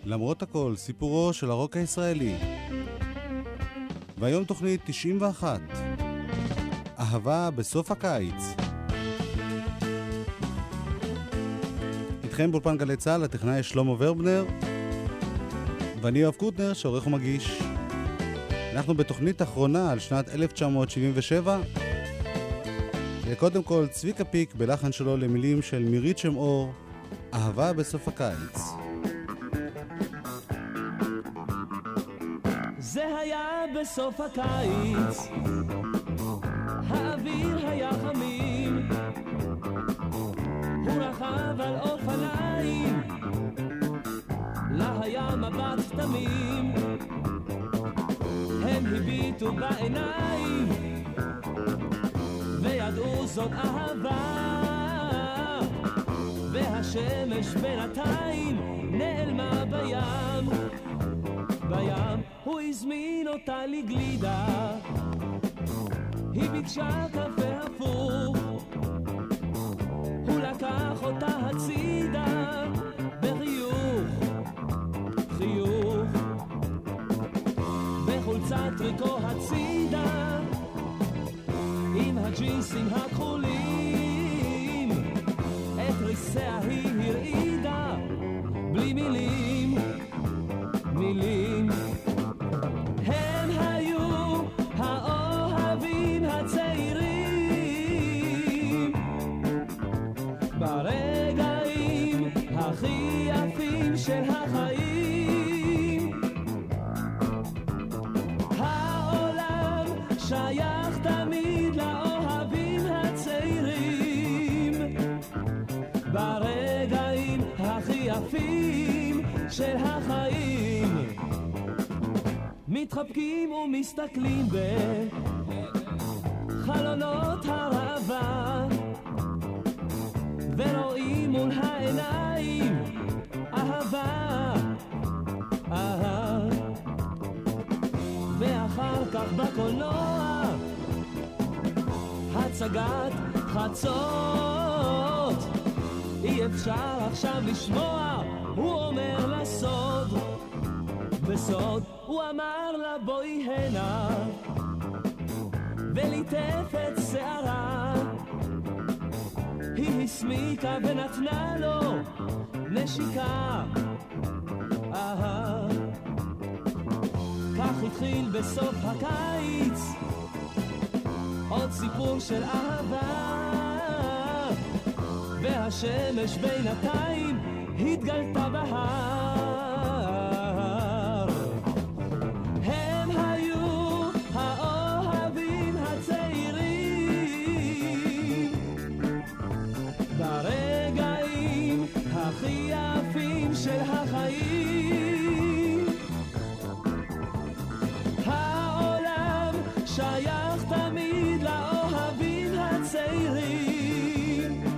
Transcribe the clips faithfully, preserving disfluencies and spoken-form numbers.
למרות הכל, סיפורו של הרוק הישראלי. והיום תוכנית תשעים ואחת. אהבה בסוף הקיץ. איתכם באולפן גלי צה"ל, הטכנאי שלמה ורבנר, ואני יואב קוטנר, שעורך ומגיש. אנחנו בתוכנית אחרונה על שנת אלף תשע מאות שבעים ושבע. קודם כל, צביקה פיק בלחן שלו למילים של מירית שמאור, אהבה בסוף הקיץ. זה היה בסוף הקיץ, האוויר היה חמים, הוא רכב על אופניים, לה היה מבט תמים, הם הביטו בעיניים וידעו זאת אהבה, והשמש בינתיים נעלמה בים. בים הוא הזמין אותה לגלידה, היא ביקשה קפה הפוך, הוא לקח אותה הצידה בחיוך, חיוך, בחולצת טריקו הצידה עם הג'ינסים הכחולים, את ריסיה היא הרעידה בלי מילים, מילים. הם היו האוהבים הצעירים ברגעים הכי יפים של החיים. העולם שייך תמיד לאוהבים הצעירים ברגעים הכי יפים של החיים. מתחבקים ומסתכלים בחלונות הראווה ורואים מול העיניים אהבה, אהבה, ואחר כך בקולנוע הצגת חצות, אי אפשר עכשיו לשמוע, הוא אומר לסוד, בסוד הוא אמר לה בואי הנה וליטף את שערה, היא הסמיקה ונתנה לו נשיקה, אהה. כך התחיל בסוף הקיץ עוד סיפור של אהבה, והשמש בינתיים התגלתה בהר. הם היו האוהבים הצעירים ברגעים הכי יפים של החיים. העולם שייך תמיד לאוהבים הצעירים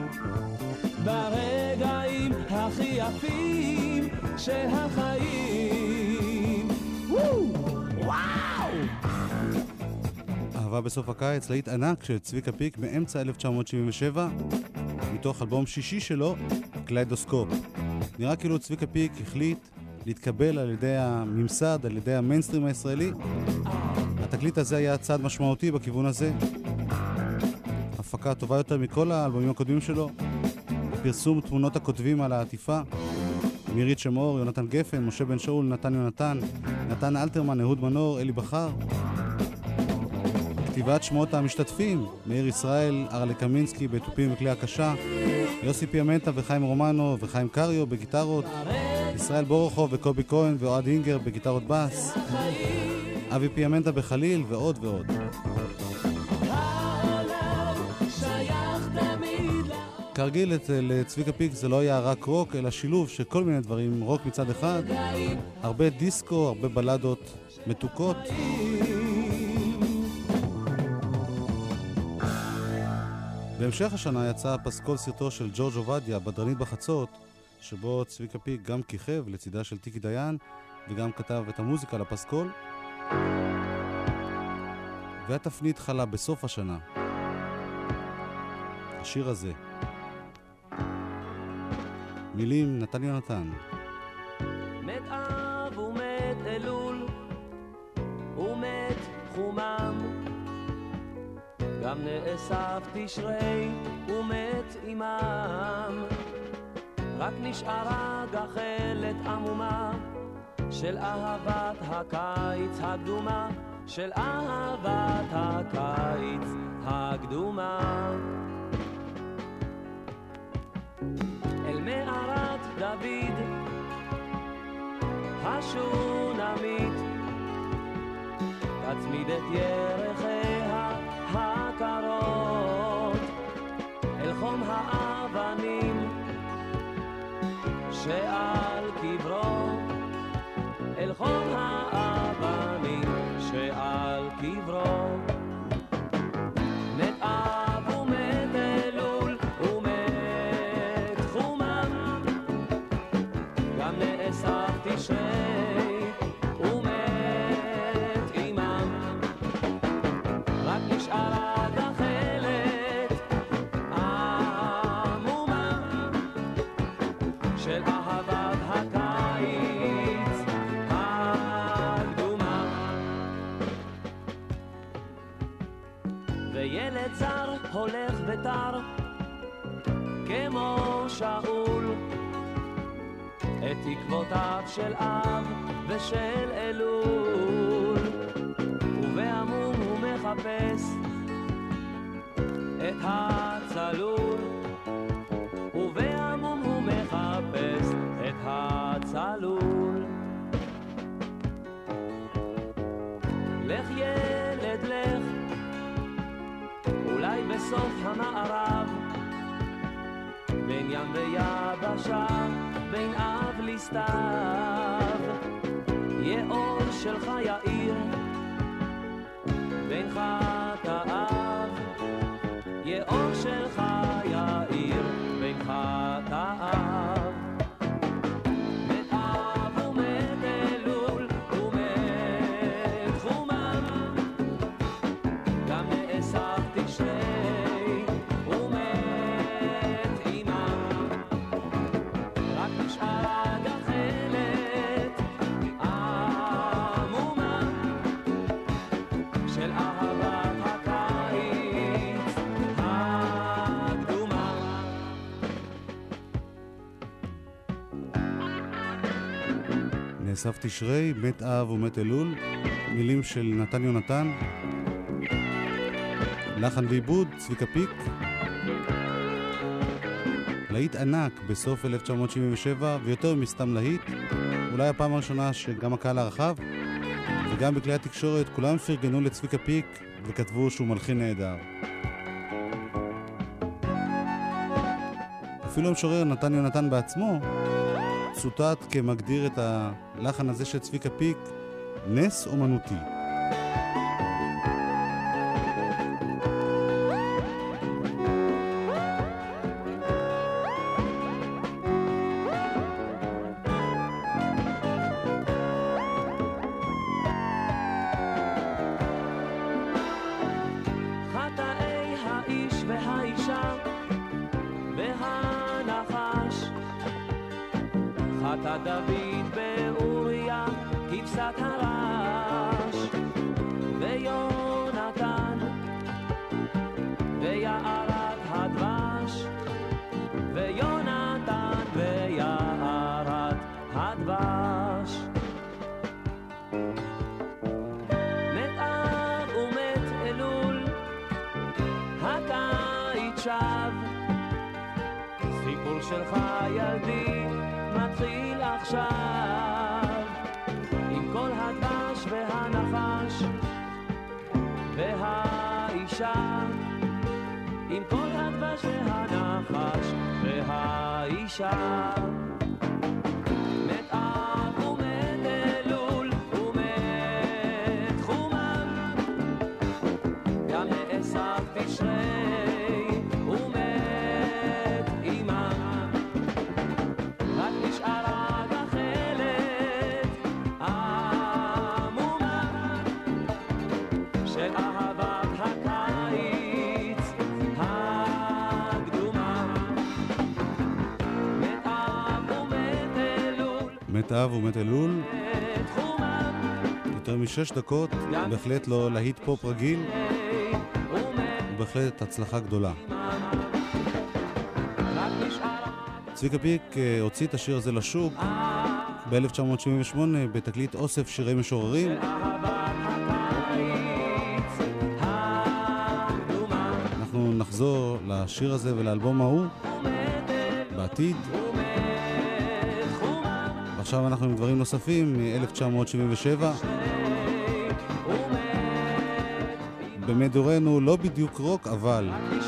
ברגעים הכי יפים של החיים. וואו! אהבה בסוף הקיץ, להיט ענק של צביקה פיק מאמצע אלף תשע מאות שבעים ושבע, מתוך אלבום שישי שלו, קליידוסקופ. נראה כאילו צביקה פיק החליט להתקבל על ידי הממסד, על ידי המיינסטרים הישראלי. התקליט הזה היה צעד משמעותי בכיוון הזה. הפקה טובה יותר מכל האלבומים הקודמים שלו. פרסום תמונות הכותבים על העטיפה. מירית שמאור, יונתן גפן, משה בן שאול, נתן יונתן, נתן אלתרמן, אהוד מנור, אלי בחר. כתיבת שמות המשתתפים, מאיר ישראל, ארלה קמינסקי בתופים וכלי הקשה, יוסי פיאמנטה וחיים רומנו וחיים קריו בגיטרות, ישראל בורוכוב וקובי כהן ואוהד אינגר בגיטרות בס, אבי פיאמנטה בחליל ועוד ועוד. כרגיל לצביקה פיק זה לא היה רק רוק, אלא שילוב של כל מיני דברים, רוק מצד אחד, הרבה דיסקו, הרבה בלדות מתוקות. בהמשך השנה יצא פסקול סרטו של ג'ורג' עובדיה, בדרנית בחצות, שבו צביקה פיק גם כיכב לצידה של טיקי דיין, וגם כתב את המוזיקה לפסקול. והתפנית חלה בסוף השנה. השיר הזה. מילים נתן יונתן. מת אלול ומת חומם, גם נאסף תשרי ומת אימם, רק נשארה גחלת עמומה של אהבת הקיץ הקדומה, של אהבת הקיץ הקדומה. אל מערת דוד השונמית תצמיד את ירחיה הקרות אל חום האבנים שעל קברו, אל חום האבנים שעל קברו. מת אב ומת אלול ומת חומם, גם נאסף תשרי ומת אימם, רק נשארה גחלת עמומה של אהבת הקיץ הקדומה. וילד זר הולך ותר כמו שאול את תקוותיו של אב ושל אלול, ובעמום הוא מחפש את הצלול, ובעמום הוא מחפש את הצלול. לך ילד לך, אולי בסוף המערב, בין ים ויבשה, בין אב לסתיו, יהיה אור שלך יאיר, בין חטאיו, יהיה אור שלך יאיר, בין חטאיו. מת אב ומת אלול ומת חומם, גם נאסף תשרי ומת אימם, רק נשארה גחלת עמומה של אהבת הקיץ הקדומה. נאסף תשרי, מת אב ומת אלול, מילים של נתן יונתן, לחן ועיבוד צביקה פיק. להיט ענק בסוף אלף תשע מאות שבעים ושבע, ויותר מסתם להיט, אולי הפעם הראשונה שגם הקהל הרחב וגם בכלי התקשורת כולם פרגנו לצביקה פיק וכתבו שהוא מלחין נהדר. אפילו המשורר נתן יונתן בעצמו צוטט כמגדיר את הלחן הזה של צביקה פיק נס אומנותי. חטאי האיש והאישה והנחש, חטא דוד באוריה כבשת הרש, ויונתן ויערת הדבש, ויונתן ויערת הדבש. מת אב ומת אלול, הקיץ שב, סיפור שלך ילדי מתחיל עכשיו, עם כל הדבש והנחש והאישה, עם כל הדבש והנחש והאישה. מת אב ומת אלול ומת חומם, גם נאסף תשרי ומת אימם, רק נשארה גחלת עמומה של אהבת הקיץ הקדומה. מת אב ומת אלול מת אב ומת אלול, ומת חומם, יותר משש דקות, בהחלט לא להיט פופ רגיל, ובהחלט הצלחה גדולה. צביקה פיק הוציא את השיר הזה לשוק ב-אלף תשע מאות שבעים ושמונה בתקליט אוסף שירי משוררים. אנחנו נחזור לשיר הזה ולאלבום ההוא בעתיד. ועכשיו אנחנו עם דברים נוספים מ-אלף תשע מאות שבעים ושבע. במדורנו לא בדיוק רוק, אבל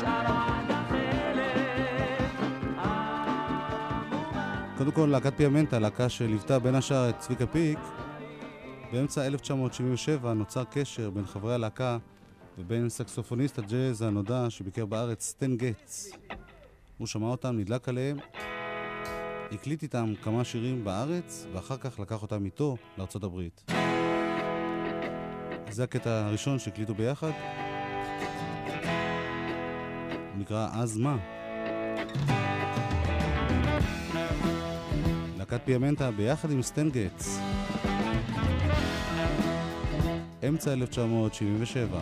קודם כל להקת פיאמנטה, להקה שליוותה בין השאר את צביקה פיק. באמצע אלף תשע מאות שבעים ושבע נוצר קשר בין חברי הלהקה ובין סקסופוניסט הג'אז הנודע שביקר בארץ, סטן גטס. הוא שמע אותם, נדלק עליהם, הקליט איתם כמה שירים בארץ, ואחר כך לקח אותם איתו לארצות הברית. זה הקטע הראשון שהקליטו ביחד. הוא נקרא אז מה. להקת פיאמנטה ביחד עם סטן גטס. אמצע אלף תשע מאות שבעים ושבע.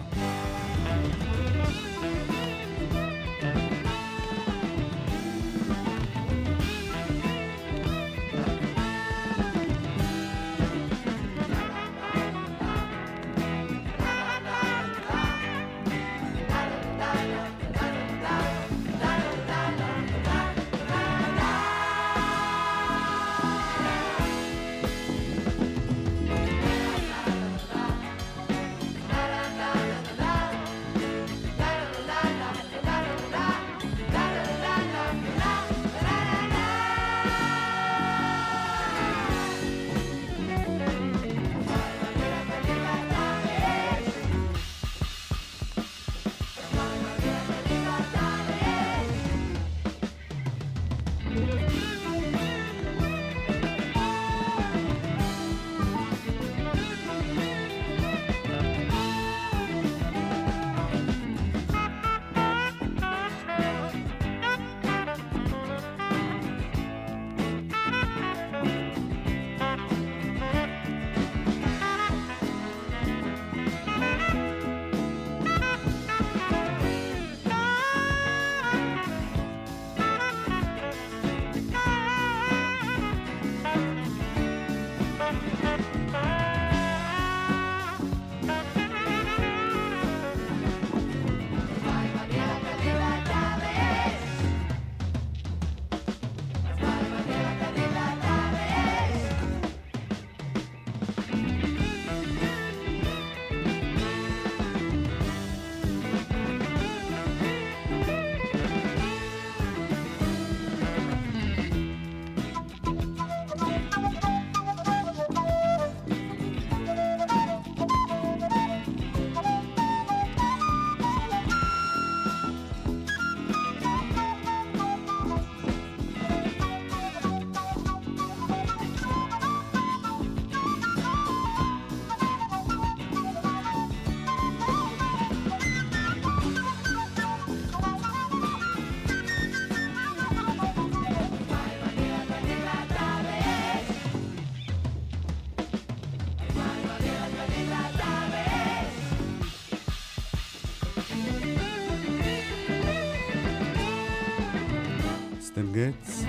סטן גטס,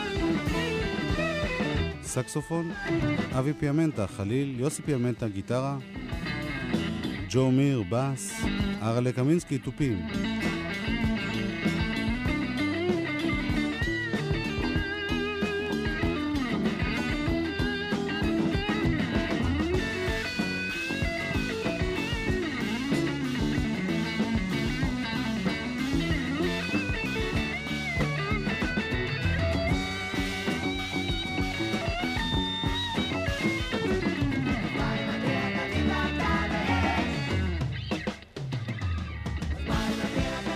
סקסופון, אבי פיאמנטה, חליל, יוסי פיאמנטה, גיטרה, ג'ו מיר, בס, ארלה קמינסקי, טופים. Yeah.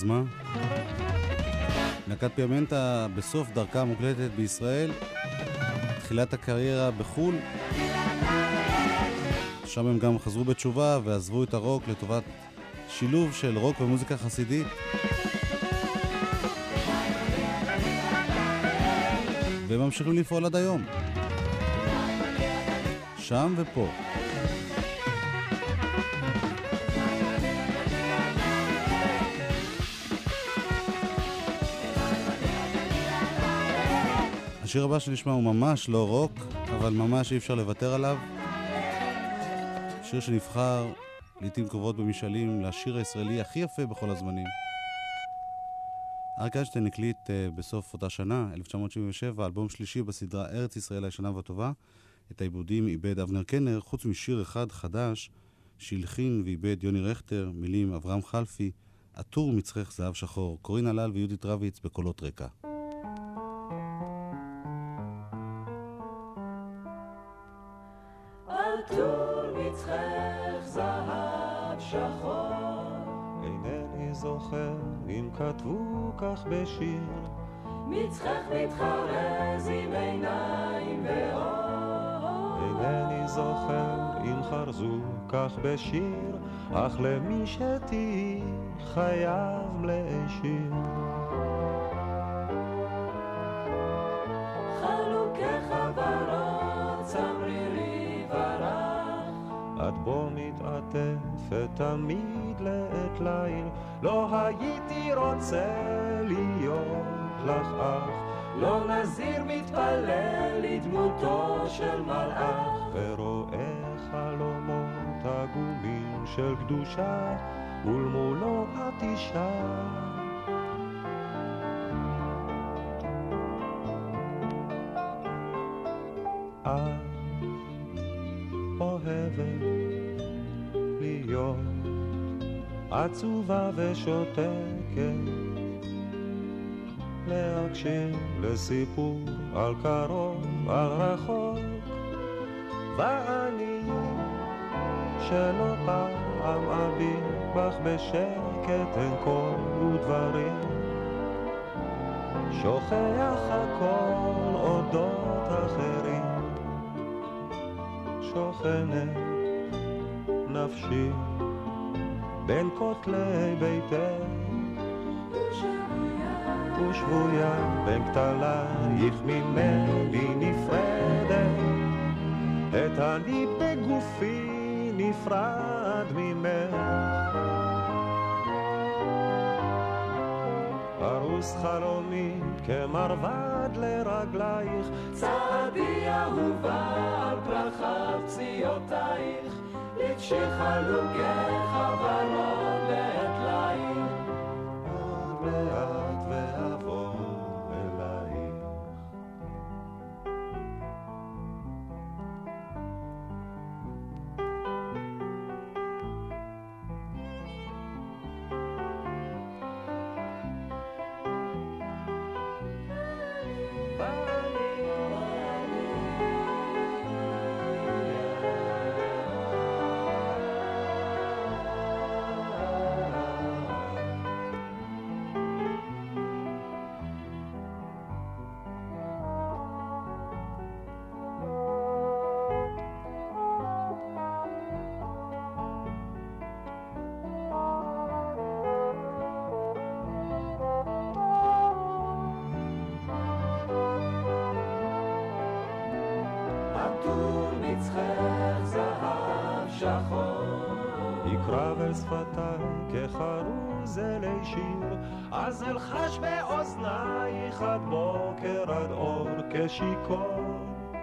היוזמה. להקת פיאמנטה בסוף דרכה המוקלטת בישראל, תחילת הקריירה בחול. שם הם גם חזרו בתשובה ועזבו את הרוק לטובת שילוב של רוק ומוזיקה חסידית. והם ממשיכים לפעול עד היום. שם ופה. השיר הבא שנשמע הוא ממש לא רוק, אבל ממש אי אפשר לוותר עליו. שיר שנבחר לעתים קרובות במשאלים לשיר הישראלי הכי יפה בכל הזמנים. אריק איינשטיין הקליט uh, בסוף אותה שנה, אלף תשע מאות שבעים ושבע, אלבום שלישי בסדרה ארץ ישראל הישנה והטובה. את העיבודים איבד אבנר קנר, חוץ משיר אחד חדש שהלחין ואיבד יוני רכטר, מילים אברהם חלפי, עטור מצחך זהב שחור, קורין הלל ויהודית רביץ בקולות רקע. עטור מצחך זהב שחור, אינני זוכר אם כתבו כך בשיר, מצחך מתחרז עם עיניים ואור, אינני זוכר אם חרזו כך בשיר, אך למי שתהי חייב להשאיר. חלוקי חברות צמרירי ורח, את בו מתעטפת תמיד לעת ליל, לא הייתי רוצה להיות לך אח, לא נזיר מתפלל לדמותו של מלאך, ורואה חלומות עגומים של קדושה, ולמולו את אישה. את אוהבת להיות עצובה ושותקת, להקשיב לסיפור על קרוב, על רחוק, ואני שלא פעם אביט בך בשקט אין כל ודברים, שוכח הכל אודות אחרים, שוכנת נפשי בין כותלי ביתך, ושבויה בין כתלייך ממני נפרדת, את אני בגופי נפרד ממך, פרוס חלומי כמרבד לרגלייך, צעדי אהובה על פרחת פציעותייך, לבשי חלוקי חברות לעת ליל, עוד מעט ואבוא אלייך. יקרב אל שפתיי כחרוז אלי שיר, אז אלחש באוזנייך עד בוקר עד אור כשיקור,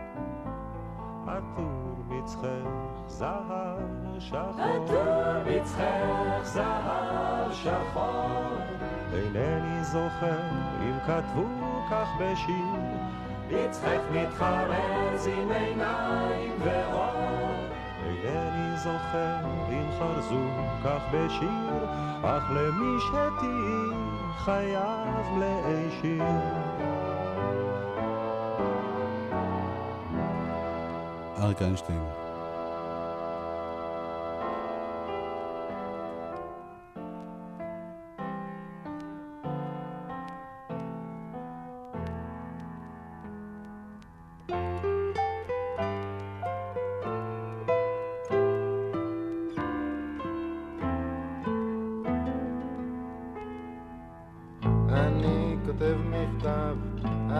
עטור מצחך זהב שחור, עטור מצחך זהב שחור, אינני זוכר אם כתבו כך בשיר, מצחך מתחרז עם עיניים ואור, אינני זוכר אם חרזו כך בשיר, אך למי שתהי חייב להשאיר. אריק איינשטיין.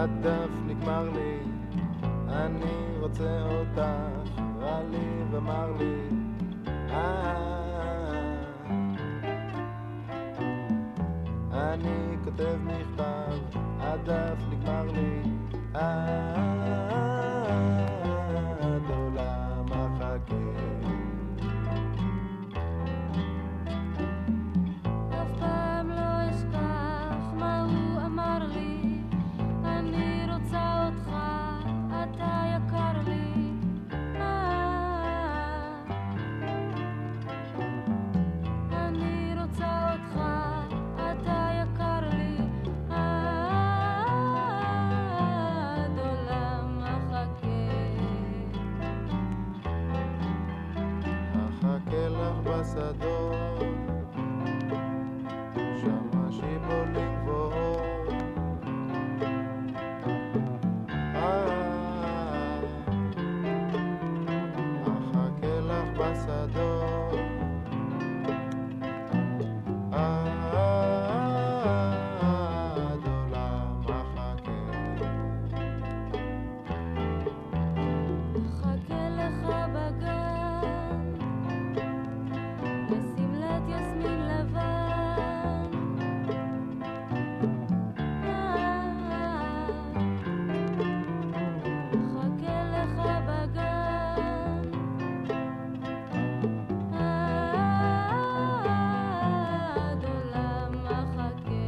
הדף נגמר לי, אני רוצה אותך, רע לי ומר לי, אני כותב מכתב, הדף נגמר לי, עד עולם מחכה. אף פעם לא אשכח מה הוא אמר לי, אני רוצה אותך, אתה יקר לי, אני רוצה אותך, אתה יקר לי, עד עולם מחכה. אחכה לך בשדות, שמה שיבולים גבוהות, אחכה לך בשדות, עד עולם מחכה. אחכה לך בגן, בשמלת יסמין לבן, אחכה לך בגן, עד עולם מחכה.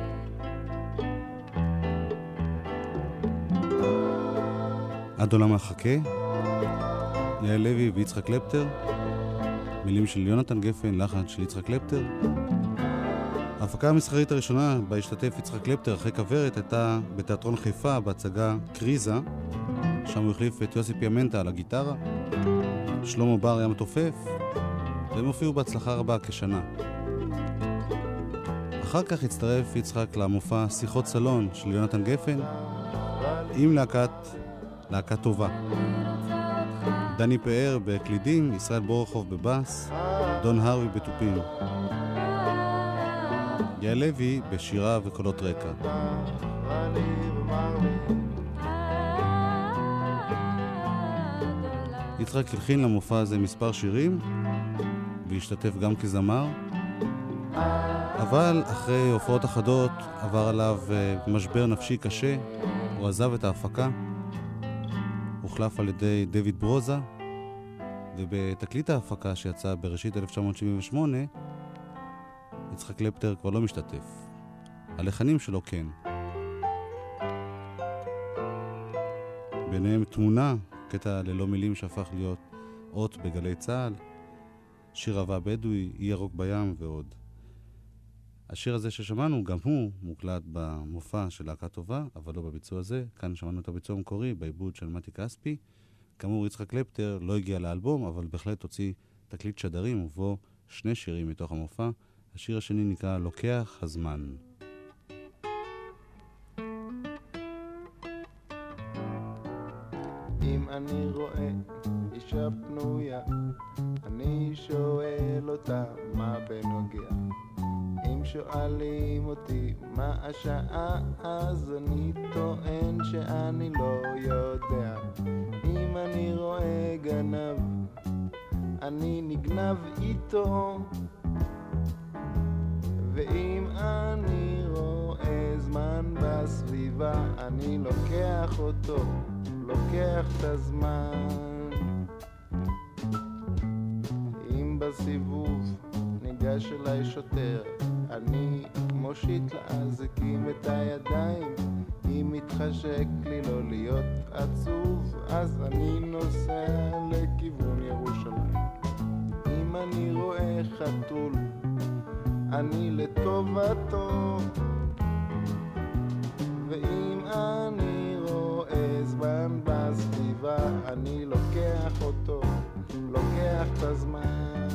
עד עולם מחכה, יעל לוי ויצחק קלפטר, מילים של יונתן גפן, לחן של יצחק קלפטר. ההפקה המסחרית הראשונה בה השתתף יצחק קלפטר אחרי כברת הייתה בתיאטרון חיפה בהצגה קריזה, שם הוא החליף את יוסי פיאמנטה על הגיטרה, שלמה בר היה מתופף, והם הופיעו בהצלחה רבה כשנה. אחר כך הצטרף יצחק למופע שיחות סלון של יונתן גפן עם להקת, להקת טובה. דני פאר בקלידים, ישראל בורחוב בבאס, דון הרווי בתופים. יעל לוי בשירה וקולות רקע. יצחק הלחין למופע הזה מספר שירים והשתתף גם כזמר, אבל אחרי הופעות אחדות עבר עליו משבר נפשי קשה, הוא עזב את ההפקה, הוחלף על ידי דויד ברוזה, ובתקליט ההפקה שיצא בראשית אלף תשע מאות שבעים ושמונה יצחק קלפטר כבר לא משתתף, הלחנים שלו כן. ביניהם תמונה, קטע ללא מילים שהפך להיות אות בגלי צהל, שיר אהבה בדואי, אי ירוק בים ועוד. השיר הזה ששמענו, גם הוא מוקלט במופע של להקת טובה, אבל לא בביצוע הזה. כאן שמענו את הביצוע המקורי, בעיבוד של מתי כספי. כאמור, יצחק קלפטר לא הגיע לאלבום, אבל בהחלט הוציא תקליט שדרים, ובו שני שירים מתוך המופע. השיר השני נקרא לוקח הזמן. אם אני רואה אישה פנויה, אני שואל אותה מה בנוגע. אם שואלים אותי מה השעה, אז אני טוען שאני לא יודע. אם אני רואה גנב, אני נגנב איתו. ואם אני רואה זמן בסביבה, אני לוקח אותו, לוקח את הזמן. אם בסיבוב ניגש אליי שוטר, אני מושיט לאזיקים את הידיים. אם מתחשק לי לא להיות עצוב, אז אני נוסע לכיוון ירושלים. אם אני רואה חתול, אני לטובתו. ואם אני רואה זמן בסביבה, אני לוקח אותו, לוקח את הזמן.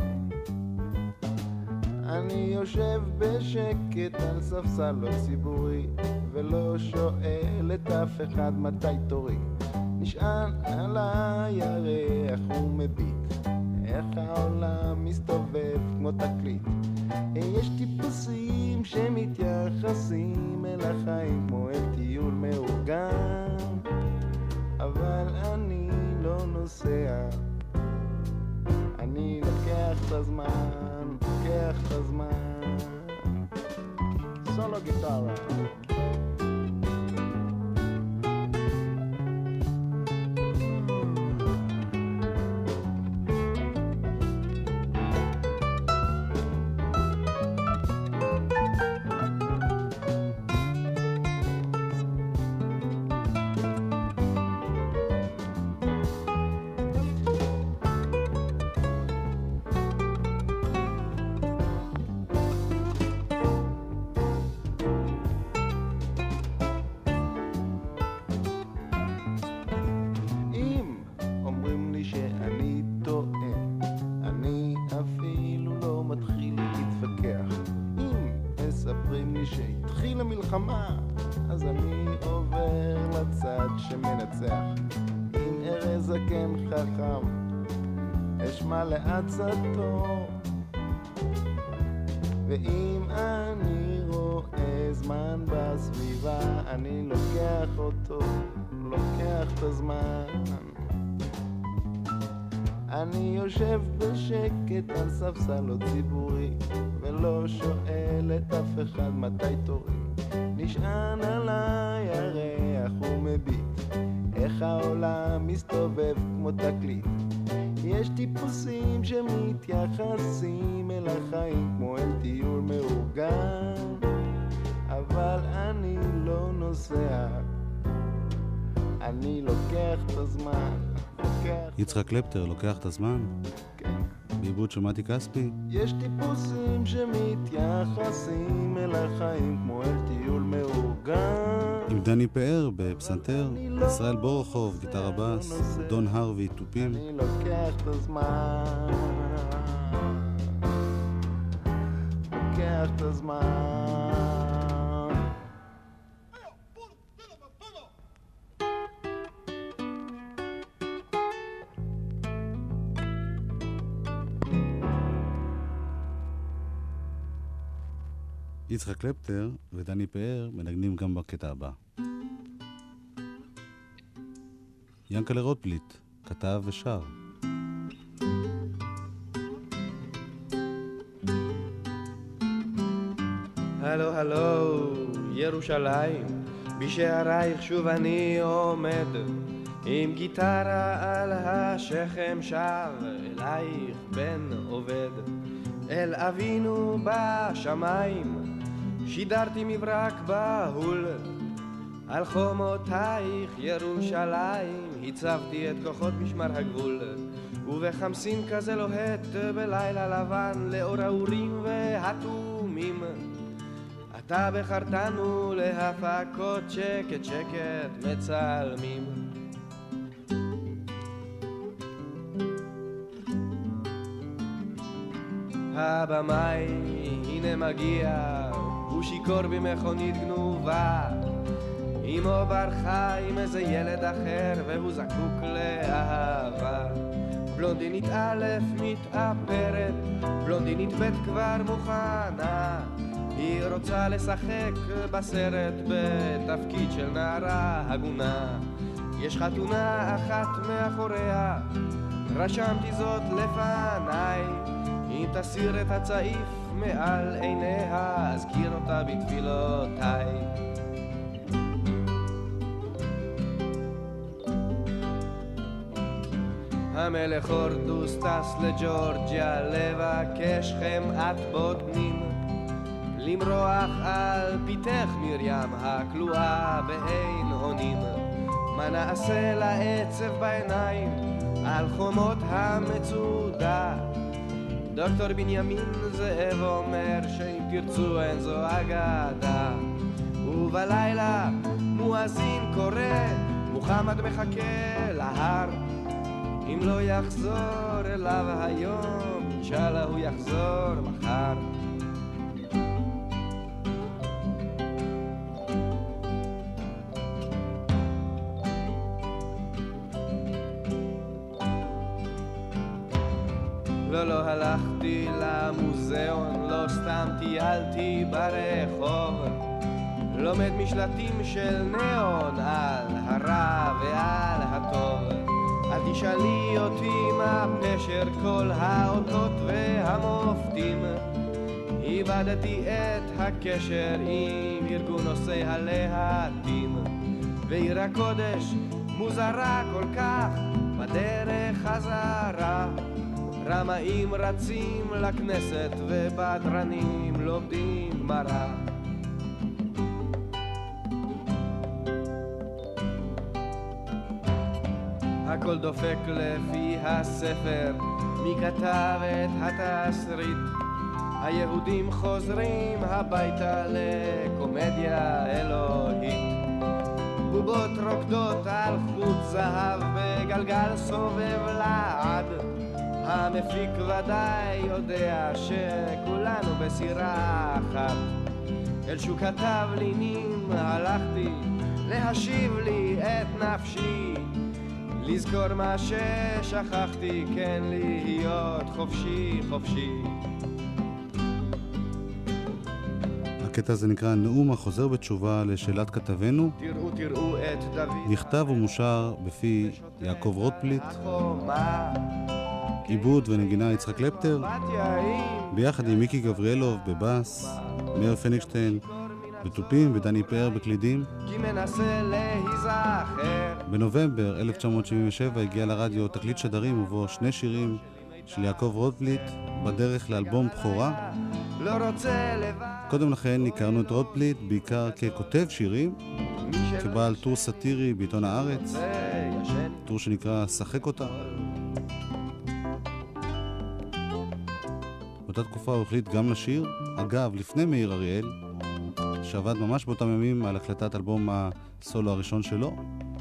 אני יושב בשקט על ספסל לא ציבורי, ולא שואל את אף אחד מתי תורי. נשען על הירח ומביט איך העולם מסתובב כמו תקליט. יש טיפוסים שמתייחסים אל החיים כמו אל טיול מאורגן, אבל אני לא נוסע, אני לוקח את הזמן, לוקח את הזמן. סולו גיטרה. אז אני עובר לצד שמנצח. אם ארז זקן חכם אשמע לעצתו, ואם אני רואה זמן בסביבה אני לוקח אותו, לוקח את הזמן. אני יושב בשקט על ספסל לא ציבורי ולא שואל את אף אחד מתי תורי. נשען עליי הריח ומביט איך העולם מסתובב כמו תקליט. יש טיפוסים שמתייחסים אל החיים כמו אל טיול מאורגן, אבל אני לא נוסע, אני לוקח את הזמן. יצחק קלפטר לוקח את הזמן? כן. בעיבוד של מתי כספי? יש טיפוסים שמתייחסים אל החיים כמו אל טיול מאורגן. עם דני פאר בפסנתר, ישראל בורחוב גיטרה בס, דון הרווי טופים. אני לוקח את הזמן, לוקח את הזמן. יצחק קלפטר ודני פאר מנגנים גם בקטע הבא. ינקלה רוטבליט כתב ושר. הלו הלו ירושלים, בשערייך שוב אני עומד, עם גיטרה על השכם שב אלייך בן עובד. אל אבינו בשמיים שידרתי מברק בהול, על חומותייך ירושלים הצבתי את כוחות משמר הגבול. ובחמסין כזה לוהט בלילה לבן לאור האורים והתומים, אתה בחרתנו להפקות שקט שקט מצלמים. הבמאי הנה מגיע, הוא שיקור במכונית גנובה, אמו ברחה עם איזה ילד אחר והוא זקוק לאהבה. בלונדינית א' מתאפרת, בלונדינית ב' כבר מוכנה, היא רוצה לשחק בסרט בתפקיד של נערה הגונה. יש חתונה אחת מאחוריה, רשמתי זאת לפניי, אם תסיר את הצעיף מעל עיניה אזכיר אותה בתפילותיי. המלך הורדוס טס לג'ורג'יה לבקש חמאת בוטנים, למרוח על פיתך מרים הכלואה בעין אונים. מה נעשה לעצב בעיניים על חומות המצודה, דוקטור בנימין זאב אומר שאם תרצו אין זו אגדה. ובלילה מואזין קורא מוחמד מחכה להר, אם לא יחזור אליו היום אינשאללה הוא יחזור מחר. לא, לא הלכתי למוזיאון, לא סתם טיילתי ברחוב, לומד משלטים של ניאון על הרע ועל הטוב. אל תשאלי אותי מה פשר כל האותות והמופתים, איבדתי את הקשר עם ארגון עושי הלהטים, ועיר הקודש מוזרה כל כך בדרך חזרה, רמאים רצים לכנסת ובדרנים לומדים גמרא. הכל דופק לפי הספר, מי כתב את התסריט? היהודים חוזרים הביתה לקומדיה אלוהית, בובות רוקדות על חוט זהב בגלגל סובב לעד, המפיק ודאי יודע שכולנו בסירה אחת. אל שוק התבלינים הלכתי להשיב לי את נפשי, לזכור מה ששכחתי, כן להיות חופשי חופשי. הקטע הזה נקרא נאום החוזר בתשובה לשאלת כתבנו. תראו תראו את דוד, נכתב ומושר בפי יעקב רוטבליט, עיבוד ונגינה יצחק קלפטר, ביחד עם מיקי גבריאלוב בבאס, מאיר פניגשטיין בתופים ודני פאר בקלידים. בנובמבר אלף תשע מאות שבעים ושבע הגיע לרדיו תקליט שדרים ובו שני שירים של יעקב רוטבליט בדרך לאלבום בכורה. קודם לכן הכרנו את רוטבליט בעיקר ככותב שירים, כבעל טור סאטירי בעיתון הארץ, טור שנקרא שחק אותה. באותה תקופה הוא החליט גם לשיר, אגב לפני מאיר אריאל, שעבד ממש באותם ימים על הקלטת אלבום הסולו הראשון שלו.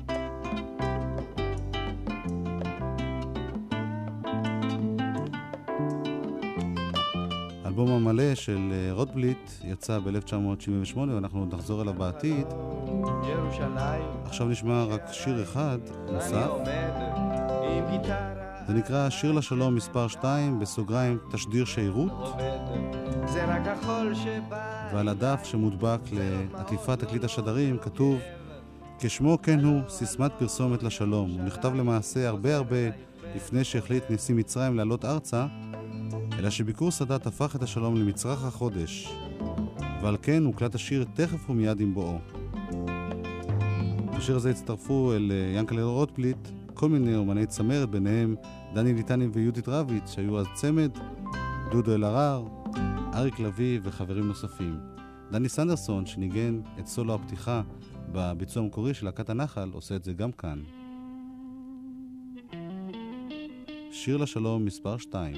האלבום המלא של רוטבליט יצא ב-אלף תשע מאות שבעים ושמונה ואנחנו עוד נחזור אליו בעתיד. עכשיו נשמע רק שיר אחד נוסף, זה נקרא שיר לשלום מספר שתיים בסוגריים תשדיר שירות, ועל הדף שמודבק לעטיפת תקליט השדרים כתוב כשמו כן הוא סיסמת פרסומת לשלום. הוא נכתב למעשה הרבה הרבה לפני שהחליט נשיא מצרים לעלות ארצה, אלא שביקור סאדאת הפך את השלום למצרך החודש, ועל כן הוקלט השיר תכף ומיד עם בואו. בשיר הזה הצטרפו אל ינקלה רוטבליט כל מיני אומני צמרת, ביניהם דני ליטני ויהודית רביץ שהיו אז צמד, דודו אלהרר, אריק לוי וחברים נוספים. דני סנדרסון שניגן את סולו הפתיחה בביצוע המקורי של להקת הנחל עושה את זה גם כאן. שיר לשלום מספר שתיים.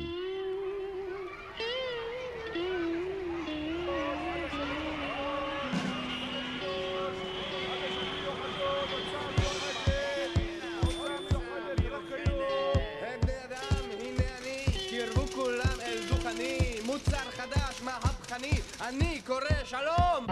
אני קורא שלום,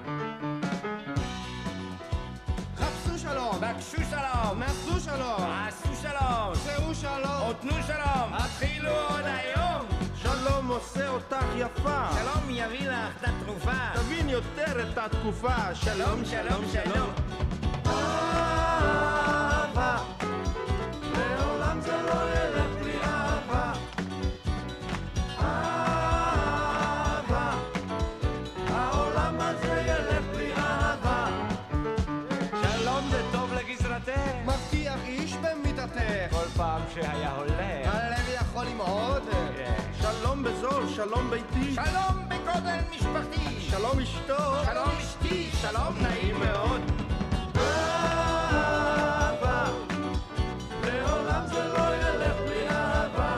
חפשו שלום, בקשו שלום, נסו שלום, עשו שלום, שאו שלום, או תנו שלום, התחילו עוד היום. שלום עושה אותך יפה, שלום יביא לך את התרופה, תבין יותר את התקופה. שלום שלום שלום. אהבה לעולם זה לא ילך בלי אהבה, העולם הזה ילך בלי אהבה. שלום זה טוב לגזרתך, מבטיח איש במיטתך, כל פעם שהיה הולך הלב יכול למעוד. שלום בזול, שלום ביתי, שלום בגודל משפחתי, שלום אשתו, שלום אשתי, שלום נעים מאוד. אהבה לעולם זה לא ילך בלי אהבה,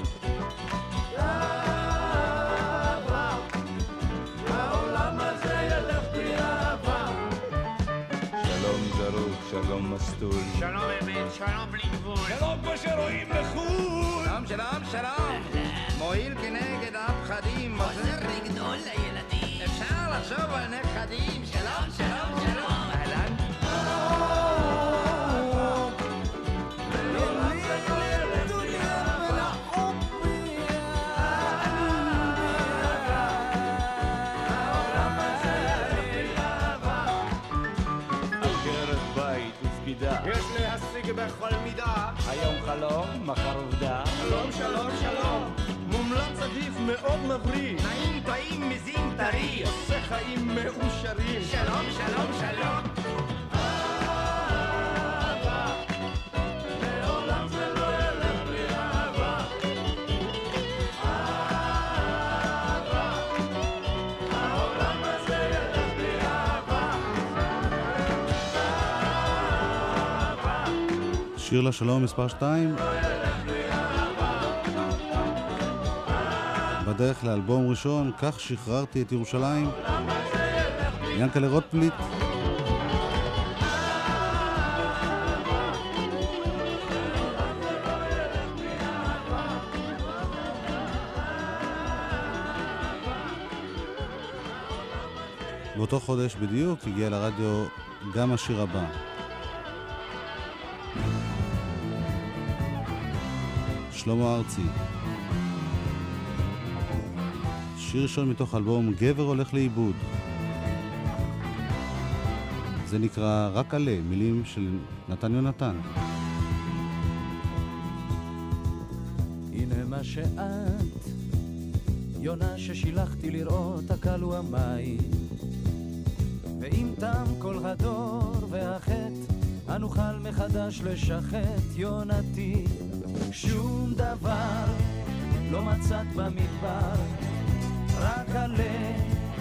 אהבה העולם הזה ילך בלי אהבה. שלום זרוק, שלום מסטול, שלום אמת, שלום בלי גבול, שלום כמו שרואים לחו"ל. שלום שלום שלום, מועיל כנגד הפחדים, עוזר לגדול לילדים, אפשר לחשוב על נכדים. שלום שלום שלום, אהלן. לעולם זה לא ילך בלי אהבה, שלום, מחר עובדה. שלום, שלום, שלום. מומלץ עדיף מאוד מבריא. נעים, טעים, מזין, טרי. עושה חיים מאושרים. שלום, שלום, שלום. שיר לשלום מספר שתיים. בדרך לאלבום ראשון, כך שחררתי את ירושלים. ינקלה רוטבליט. באותו חודש בדיוק הגיע לרדיו גם השיר הבא. שלמה ארצי. שיר ראשון מתוך אלבום גבר הולך לאיבוד. זה נקרא רק עלה, מילים של נתן יונתן. הנה מה שאת, יונה ששילחתי לראות הקלו המים, ואם תם כל הדור והחטא הנוכל מחדש לשחט יונתי. שום דבר לא מצאת במדבר, רק עלה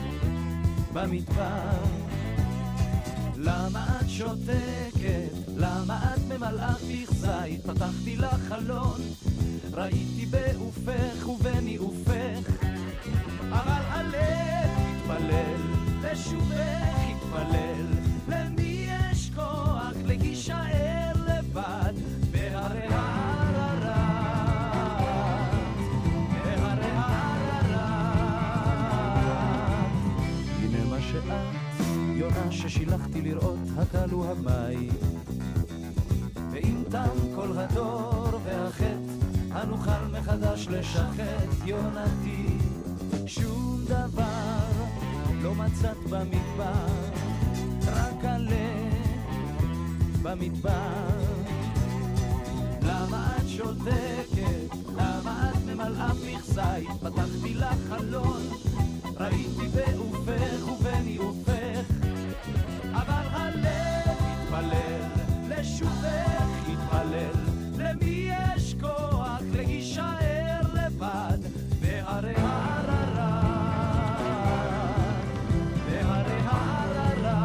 במדבר. למה את שותקת? למה את ממלאה פיך זית? פתחתי לך חלון, ראיתי בעופך ובניאופך, אבל עלה תתפלל, לשובך התפלל. למי יש כוח להישאר לבד בהרי הררת, בהרי הררת. הנה מה שאת, יונה ששילחתי לראות הקלו המים, ואם תם כל הדור והחטא הנוכל מחדש לשחט יונתי. שום דבר לא מצאת במדבר, רק עלה במדבר. למה את שותקת? למה את ממלאה פיך זית? פתחתי לך חלון, ראיתי בעופך ובניאופך, אבל הלב התפלל, לשובך התפלל. למי יש כוח להישאר לבד בהרי הררת, בהרי הררת.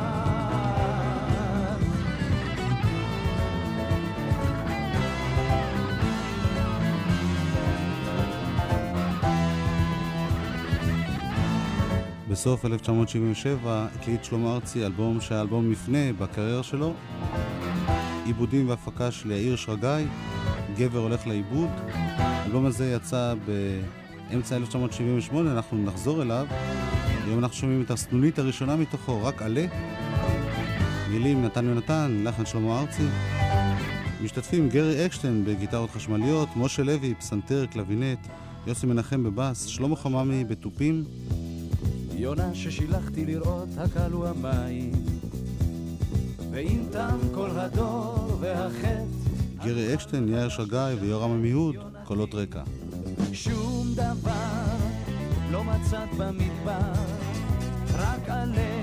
בסוף אלף תשע מאות שבעים ושבע הקליט שלמה ארצי אלבום שהיה אלבום מפנה בקריירה שלו, עיבודים והפקה של יאיר שרגאי, גבר הולך לאיבוד. האלבום הזה יצא באמצע אלף תשע מאות שבעים ושמונה, אנחנו נחזור אליו. היום אנחנו שומעים את הסנונית הראשונה מתוכו, רק עלה. מילים נתן יונתן, לחן שלמה ארצי. משתתפים גרי אקשטיין בגיטרות חשמליות, משה לוי פסנתר, קלבינט, יוסי מנחם בבאס, שלמה חממי בטופים. יונה ששילחתי לראות הקלו המים, ואם תם כל הדור והחטא. גרי אקשטיין, יאיר שרגאי ויורם עמיהוד, קולות רקע. שום דבר לא מצאת במדבר, רק עלה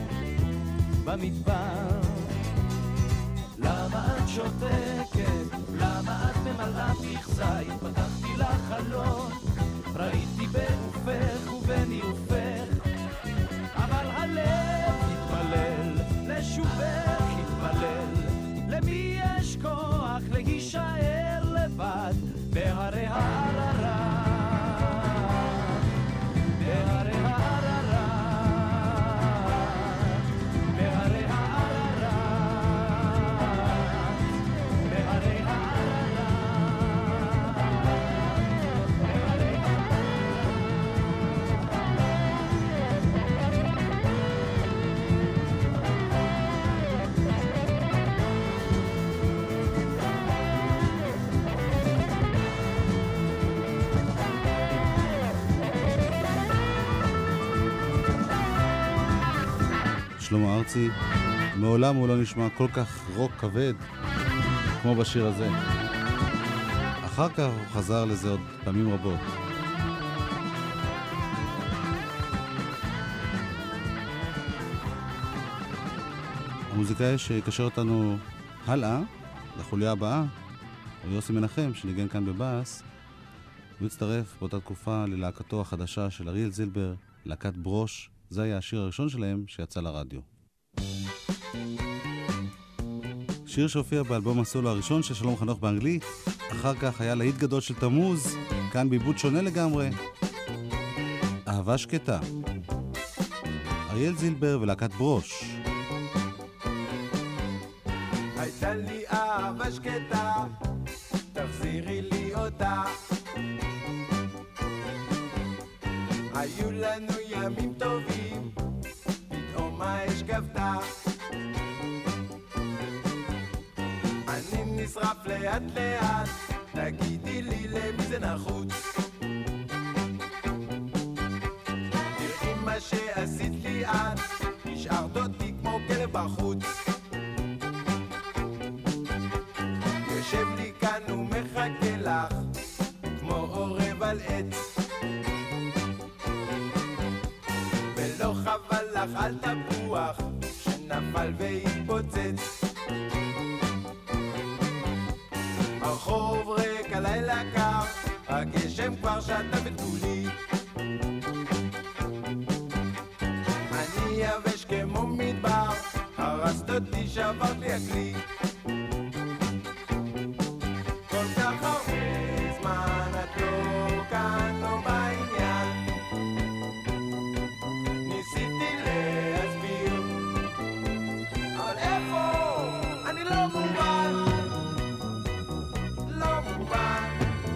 במדבר. למה את שותקת? למה את ממלאה פיך זית? פתחתי לך חלון, ראיתי בעופך ובניאופך, אבל הלב התפלל, לשובך התפלל. למי יש כוח להישאר לבד בהרי הררת, בהרי הררת, בהרי הררת, בהרי הררת. שלמה ארצי, מעולם הוא לא נשמע כל כך רוק כבד כמו בשיר הזה. ואחר כך הוא חזר לזה עוד פעמים רבות. המוזיקאי שיקשר אותנו הלאה, לחוליה הבאה, הוא יוסי מנחם, שניגן כאן בבאס. הוא הצטרף באותה תקופה ללהקתו החדשה של אריאל זילבר, להקת ברוש. זה היה השיר הראשון שלהם שיצא לרדיו. שיר שהופיע באלבום הסולו הראשון של שלום חנוך באנגלית, אחר כך היה להיט גדול של תמוז, כאן בעיבוד שונה לגמרי. אהבה שקטה. אריאל זילבר ולהקת ברוש. הייתה לי אהבה שקטה, תחזירי לי אותה. היו לנו ימים טובים, פתאום האש גבתה. אני נשרף לאט לאט, תגידי לי למי זה נחוץ. תראי מה שעשית לי את, נשארת אותי כמו כלב בחוץ. יושב לי כאן ומחכה לך, כמו עורב על עץ. ולא חבל לך על תפוח, שנפל והתפוצץ. הרחוב ריק, הלילה קר, הגשם כבר שתה בתגולי. אני יבש כמו מדבר, הרסת אותי, שברת לי הכלי. כל כך הרבה זמן את לא כאן, לא בעניין. ניסיתי להסביר, אבל איפה? אני לא מובן, לא מובן.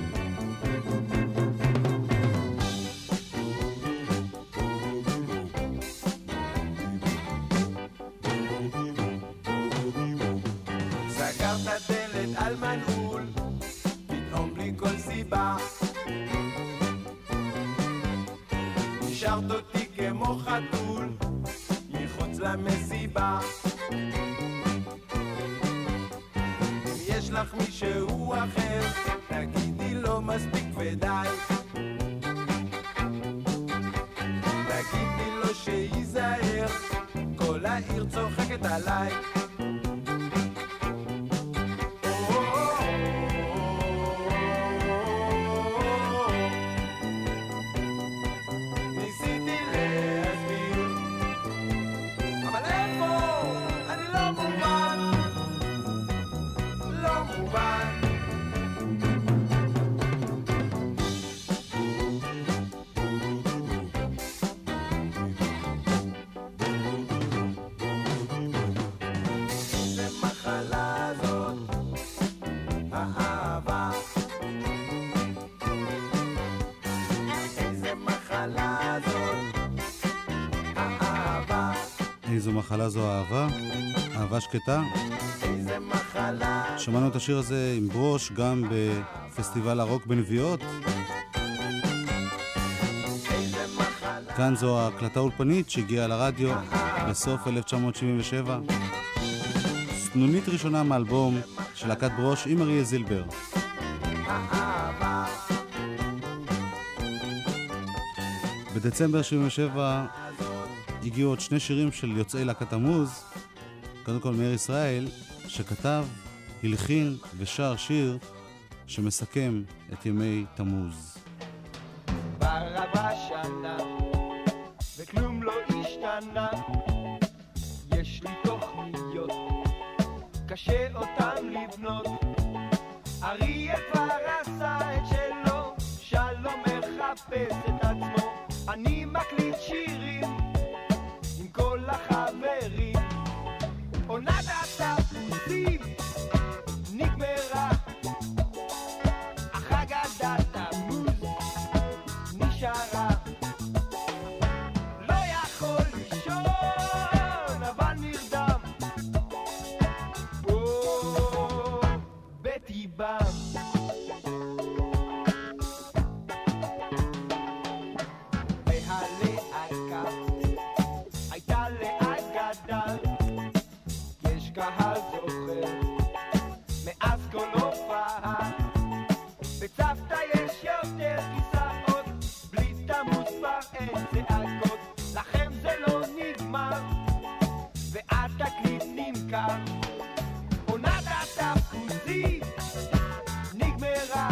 סגרת דלת על מנעול, פתאום בלי כל סיבה. נשארת אותי כמו חתול, מחוץ למסיבה. אם יש לך מישהו אחר, תגידי לו מספיק ודי. תגידי לו שיזהר, כל העיר צוחקת עליי. ניסיתי להסביר, אבל איפה? אני לא מובן, לא מובן. איזה מחלה זאת, האהבה. איזה מחלה זאת, האהבה. איזו מחלה זו האהבה? אהבה שקטה. איזה מחלה. שמענו את השיר הזה עם ברוש גם בפסטיבל הרוק בנביעות. איזה מחלה. כאן זו ההקלטה אולפנית שהגיעה לרדיו בסוף אלף תשע מאות שבעים ושבע. סנונית ראשונה מאלבום של להקת ברוש עם אריאל זילבר. האהבה. בדצמבר שבעים ושבע הגיעו עוד שני שירים של יוצאי להקת תמוז. קודם כל מאיר ישראל, שכתב, הלחין ושר שיר שמסכם את ימי תמוז. ברבה שנה וכלום לא השתנה, יש לי תוכניות, קשה אותם לבנות. אריה כבר עשה את שלו, שלום מחפש את עצמו. אני מקליט שירים עם כל החברים, עונת התפוזים נגמרה, אך אגדת תמוז נשארה. לא יכול לישון אבל נרדם, או בטיבם. והלהקה בצוותא יש יותר כיסאות, בלי תמוז כבר אין צעקות, לכם זה לא נגמר, והתקליט נמכר. עונת התפוזים נגמרה,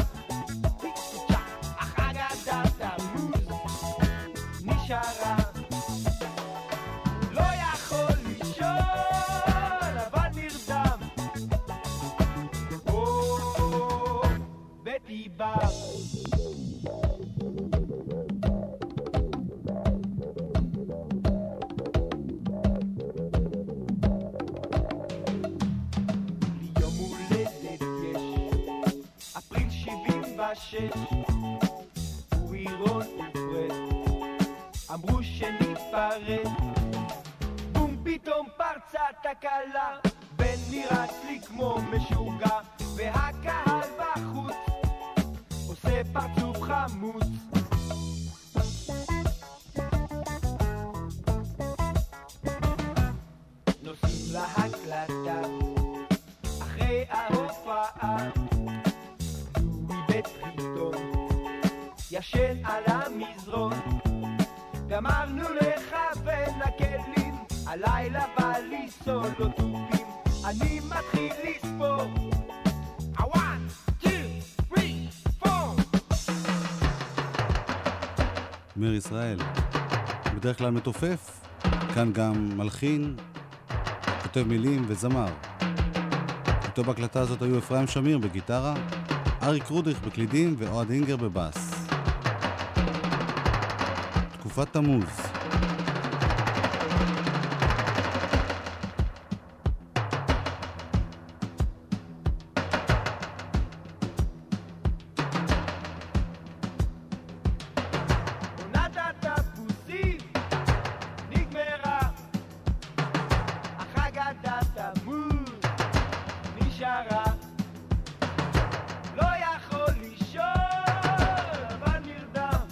אך אגדת תמוז נשארה. לא יכול לישון, אבל נרדם, או ודיבר. יום הולדת יש, אפריל שבעים ושש, ווירון ופרד אמרו שניפרד, בום פתאום פרצה תקלה, בן נרץ לי כמו משוגע, והקהל בחוץ עושה פרצוף חמוץ. נוסעים להקלטה אחרי ההופעה, לואי בטריטון ישן על המזרון, גמרנו לכוון הכלים, הלילה בא לי סולו טופים, אני מתחיל לספור one, two, three, four. מאיר ישראל, בדרך כלל מתופף, כאן גם מלחין, כותב מילים וזמר. איתו בהקלטה הזאת היו אפרים שמיר בגיטרה, אריק רודריך בקלידים ואוהד אינגר בבאס. תקופת תמוז. עונת התפוזים נגמרה, אך אגדת תמוז נשארה. לא יכול לישון, אבל נרדם,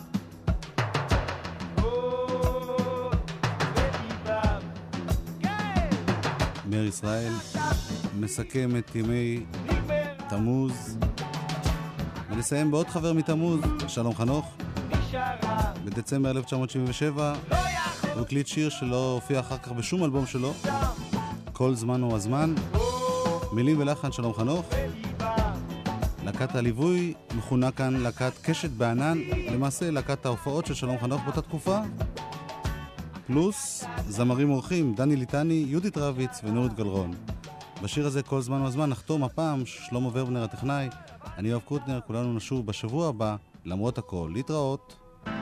או ודיבר. כן, מאיר ישראל מסכם את ימי נגמרה, תמוז, ונסיים בעוד חבר מתמוז, שלום חנוך. נשארה. בדצמבר אלף תשע מאות שבעים ושבע לא יכול הוא הקליט שיר שלא הופיע אחר כך בשום אלבום שלו, לישון, כל זמן הוא הזמן, מילים ולחן שלום חנוך. ודיבר. להקת הליווי מכונה כאן להקת קשת בענן, למעשה להקת ההופעות של שלום חנוך באותה תקופה, פלוס זמרים אורחים דני ליטני, יהודית רביץ ונורית גלרון. בשיר הזה כל זמן הזמן נחתום הפעם שלמה ורבנר הטכנאי, אני יואב קוטנר, כולנו נשוב בשבוע הבא למרות הכל, להתראות.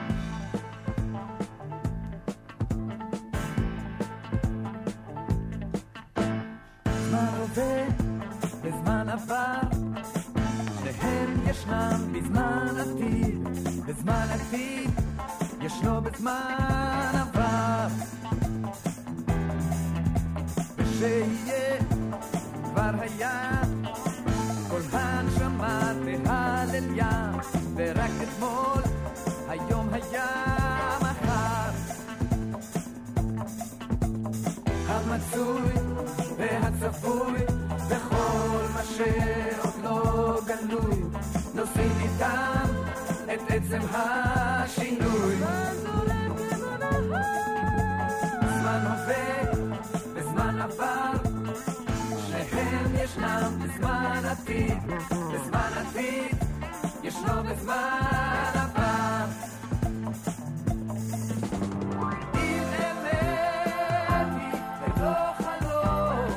זמן עובר בזמן עבר, שניהם ישנם בזמן עתיד, בזמן עתיד ישנו בזמן עבר, ושיהיה כבר היה כל הנשמה והלליה, ורק אתמול היום היה מחר, המצוי והצפוי וכל מה שעוד לא גלוי, נושאים איתם את עצם השינוי. זמן עובר בזמן עבר, שניהם ישנם בזמן עתיד, בזמן עתיד ישנו בזמן עבר. אם אמת היא ולא חלום,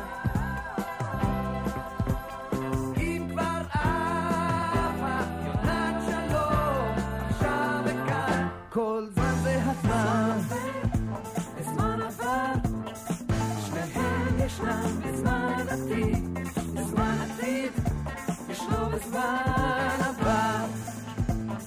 אם כבר אהבה יונת שלום, עכשיו וכאן כל זמן זה הזמן, בזמן עבר, שניהם ישנם בזמן עתיד, בזמן עתיד ישנו בזמן עבר.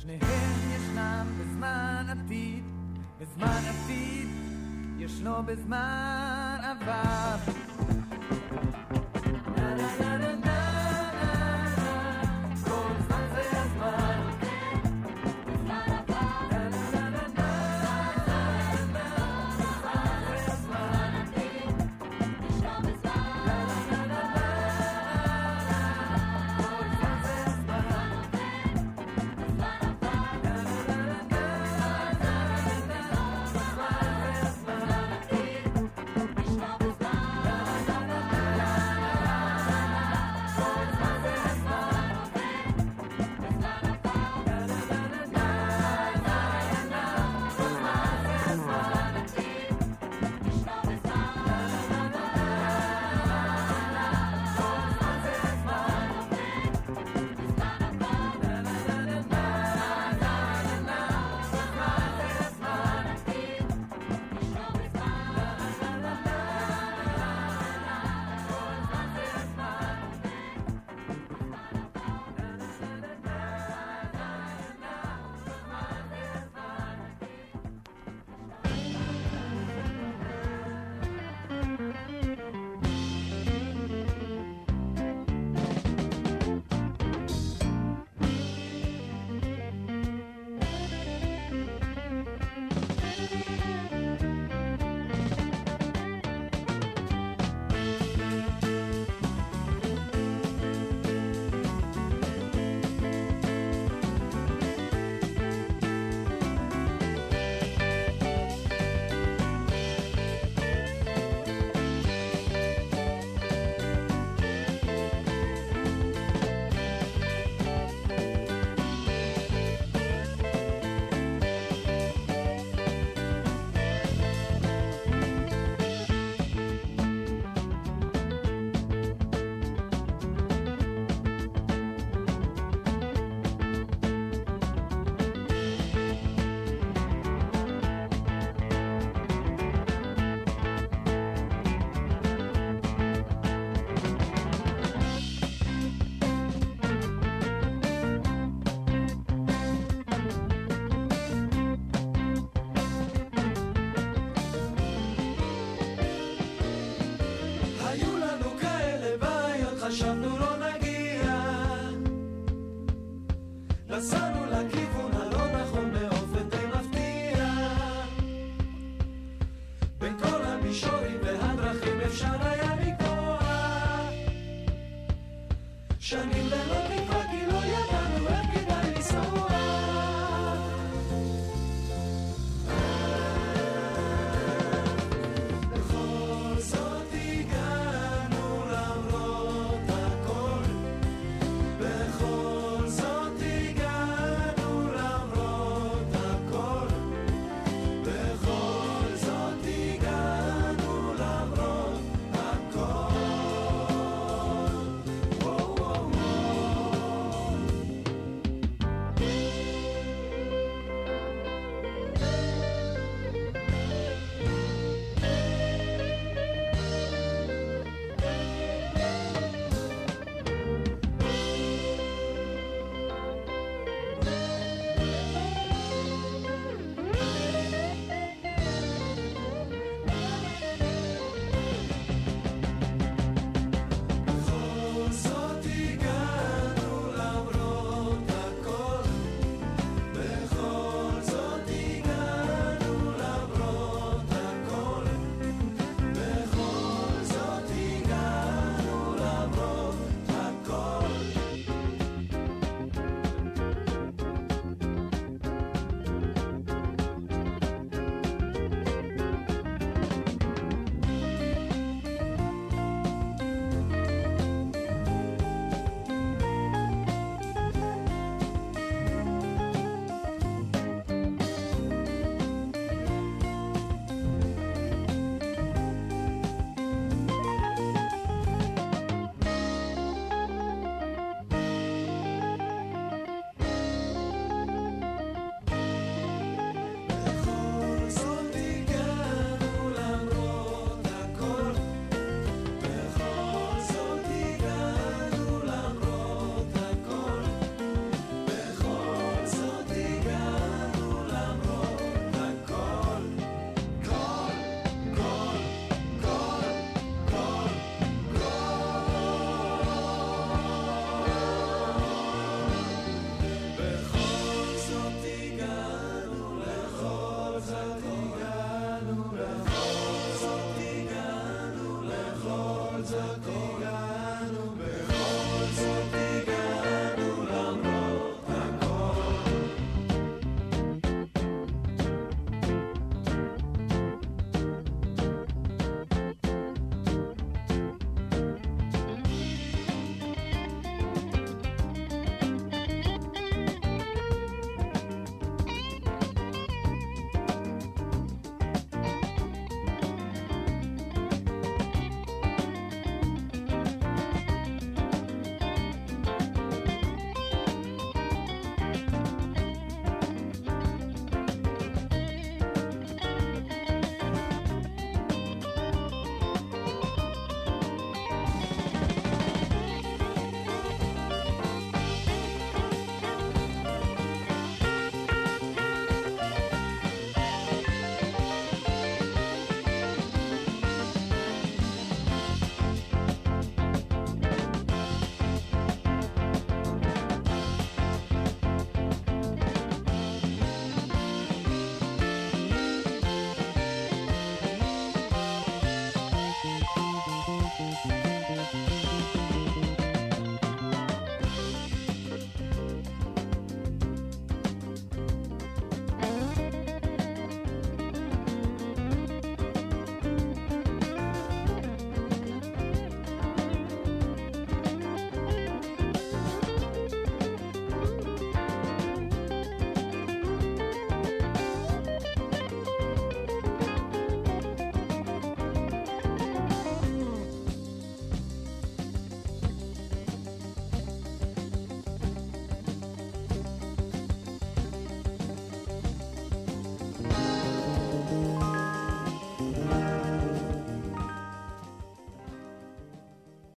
שניהם ישנם בזמן עתיד, בזמן עתיד ישנו בזמן עבר.